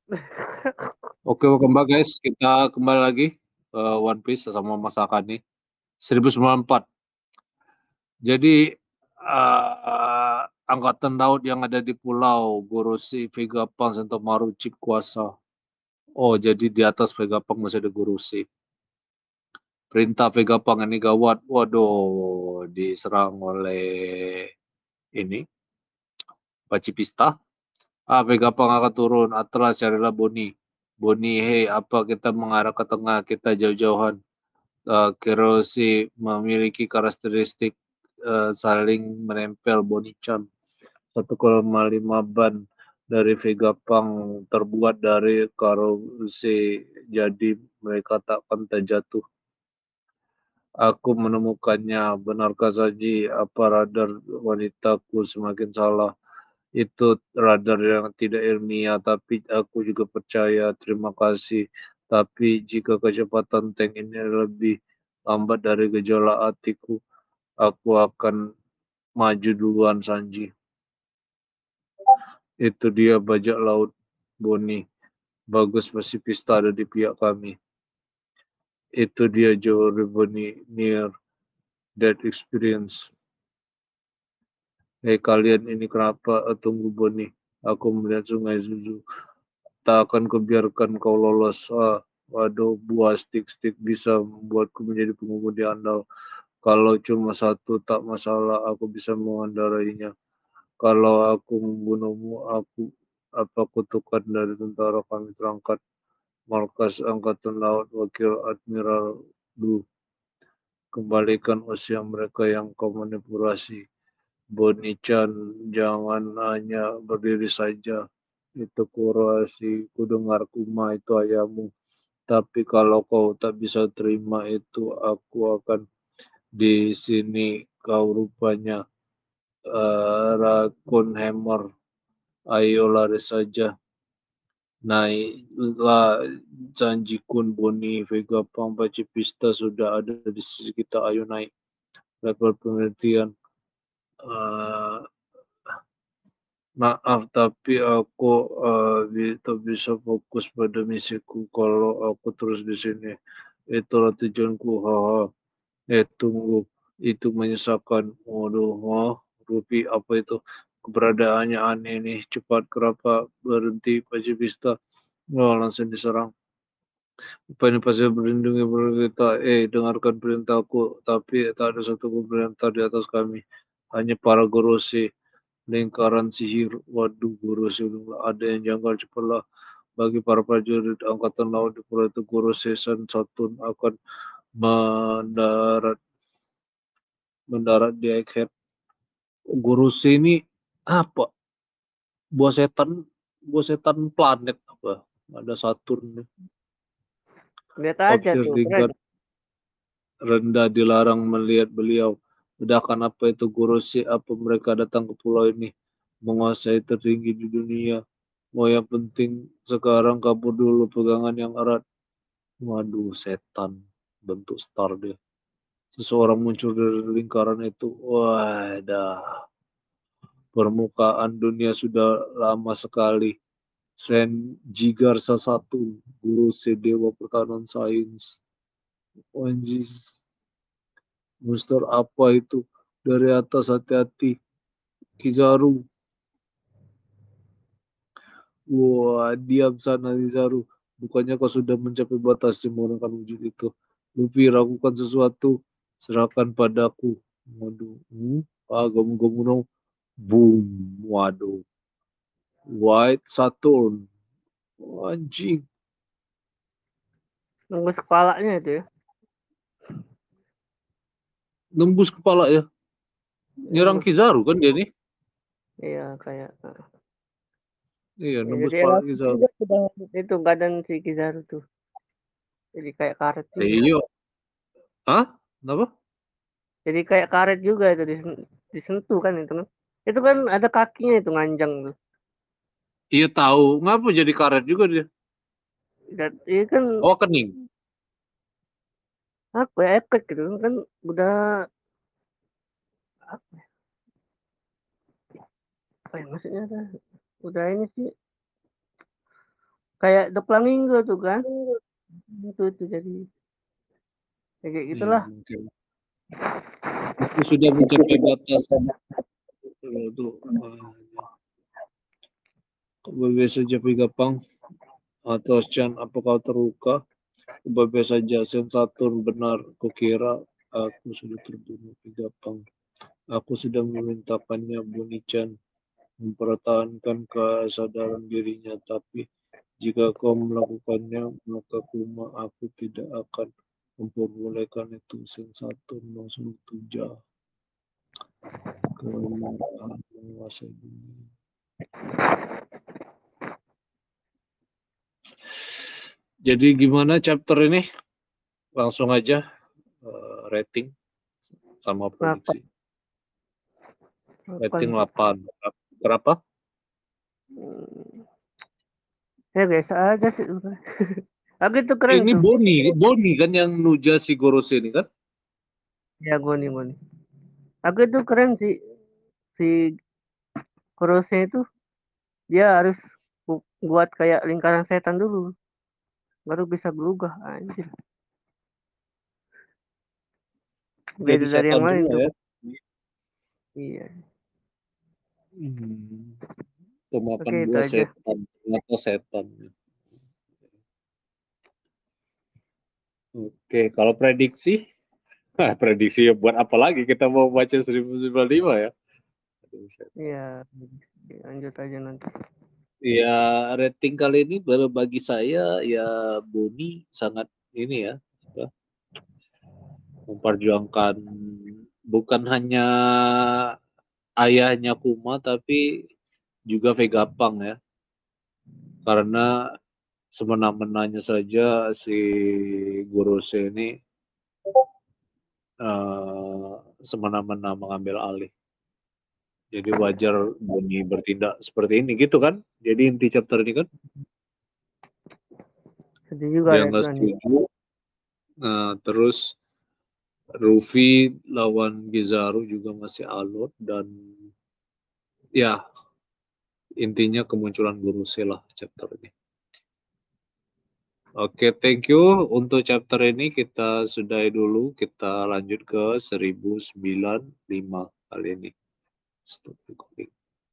Oke, welcome back guys. Kita kembali lagi ke One Piece sama Mas Aka nih. 1094. Jadi angkatan laut yang ada di pulau Goroshi, Vegapunk, Sentomaru, Chip kuasa. Oh, jadi di atas Vegapunk masih ada Goroshi. Perintah Vegapunk ini gawat. Waduh, diserang oleh ini Pacifista. Vegapunk akan turun. Atlas carilah Boni. Boni, hei, apa kita mengarah ke tengah? Kita jauh-jauhan. Kerosi memiliki karakteristik saling menempel Boni-chan. 1,5 ban dari Vegapunk terbuat dari karosi, jadi mereka takkan terjatuh. Aku menemukannya. Benarkah Saji? Apa radar wanitaku semakin salah? Itu radar yang tidak ilmiah, tapi aku juga percaya. Terima kasih. Tapi jika kecepatan tank ini lebih lambat dari gejolak hatiku, aku akan maju duluan, Sanji. Itu dia bajak laut, Boni. Bagus pasifista ada di pihak kami. Itu dia Joe Boni near that experience. Hei kalian ini kenapa? Tunggu Boni. Aku melihat sungai Zuzu. Tak akan kubiarkan kau lolos. Waduh, buah stik-stik bisa membuatku menjadi pengemudi andal. Kalau cuma satu tak masalah, aku bisa mengendarainya. Kalau aku membunuhmu, apa kutukan dari tentara kami terangkat. Markas Angkatan Laut Wakil Admiral Du. Kembalikan usia mereka yang kau manipulasi. Boni-chan, jangan hanya berdiri saja. Itu kurasi, kudengar Kuma itu ayahmu. Tapi kalau kau tak bisa terima itu, aku akan di sini kau rupanya Raccoon Hammer. Ayo lari saja. Naiklah Janji Kun, Boni, Vegapunk, Pacifista sudah ada di sisi kita. Ayo naik. Level penelitian. Uh, Maaf, tapi aku tak bisa fokus pada misiku kalau aku terus di sini. Itulah tujuanku. Haha. Tunggu. Itu menyesalkan. Waduh, Rupi, apa itu? Keberadaannya aneh nih. Cepat, kenapa berhenti Pacifista? Langsung diserang. Upaya pasti berlindungi kita. Dengarkan perintahku. Tapi tak ada satu pemerintah di atas kami. Hanya para Goroshi. Lingkaran sihir. Waduh, Goroshi. Ada yang janggal. Cepatlah. Bagi para prajurit angkatan laut di pulau itu, Goroshi Satun akan mendarat di Egghead. Goroshi ini apa? Buah setan planet apa? Ada Saturn. Lihat aja Opsir tuh, keren. tingkat rendah dilarang melihat beliau. Sedangkan apa itu Goroshi? Apa mereka datang ke pulau ini menguasai tertinggi di dunia? Mau yang penting sekarang kabur dulu, pegangan yang erat. Waduh, setan bentuk star dia. Seseorang muncul dari lingkaran itu. Wah, dah. Permukaan dunia sudah lama sekali. Sen Jigarsa satu, guru Dewa Pertahanan Sains. Anjir, monster apa itu? Dari atas, hati-hati. Kizaru. Wah, diam sana Kizaru. Bukannya kau sudah mencapai batas menggunakan wujud itu. Luffy, lakukan sesuatu. Serahkan padaku. Waduh. Gomu-gomu no. Boom. Waduh. White Saturn. Anjing. Nembus kepalanya itu ya. Nembus kepala ya. Nyerang Nembus. Kizaru kan dia nih. Iya, kayak. Iya, Ya, nembus jadi kepala enak Kizaru. juga sudah itu badan si Kizaru tuh. Jadi kayak karet juga. Iya. Hah? Kenapa? Jadi kayak karet juga itu disentuh kan itu kan. Itu kan ada kakinya itu nganjang tuh. Iya tahu. Ngapa jadi karet juga dia? Dan ini kan Oh, kening. apa ya, efek gitu kan udah apa ya maksudnya udah ini sih Kayak The Flamingo tuh kan. Itu jadi kayak Iya, gitulah. mungkin. Aku sudah mencapai batas itu. Babe saja Pegapang atau Chan, apakah terluka? Babe saja Saturn benar, kukira aku sudah terbunuh Pegapang. Aku sudah memintakannya Buni-chan mempertahankan kesadaran dirinya, tapi jika kau melakukannya, maka Kuma aku tidak akan memperbolehkan itu. Saturn langsung tuja kemarahan menguasai dunia. Jadi gimana chapter ini? Langsung aja rating sama prediksi. Rating 8. Berapa? Ya biasa aja sih. Tapi itu keren Ini tuh. Boni kan yang nuja si Gorose ini kan? Ya Goni. Aku itu keren sih. Si Kurose itu dia harus buat kayak lingkaran setan dulu. Baru bisa berubah. Anjir. Jadi Beda dari setan yang lain semua tuh. ya. Iya. Pemakan Oke itu buah aja. setan atau setan. Oke, kalau prediksi, prediksi ya buat apa lagi kita mau baca 1095 ya? Iya. Lanjut aja nanti. Ya, rating kali ini bagi saya ya Boni sangat ini ya, memperjuangkan bukan hanya ayahnya Kuma tapi juga Vegapunk ya. Karena semena-menanya saja si Gorose ini semena-mena mengambil alih. Jadi wajar Boni bertindak seperti ini gitu kan? Jadi inti chapter ini kan Sedih juga dia ada nggak tuan. setuju. Terus Ruffy lawan Kizaru juga masih alot dan ya intinya kemunculan Gorose lah chapter ini. Oke, thank you. Untuk chapter ini kita sudahi dulu. Kita lanjut ke 1095 kali ini. Stop recording.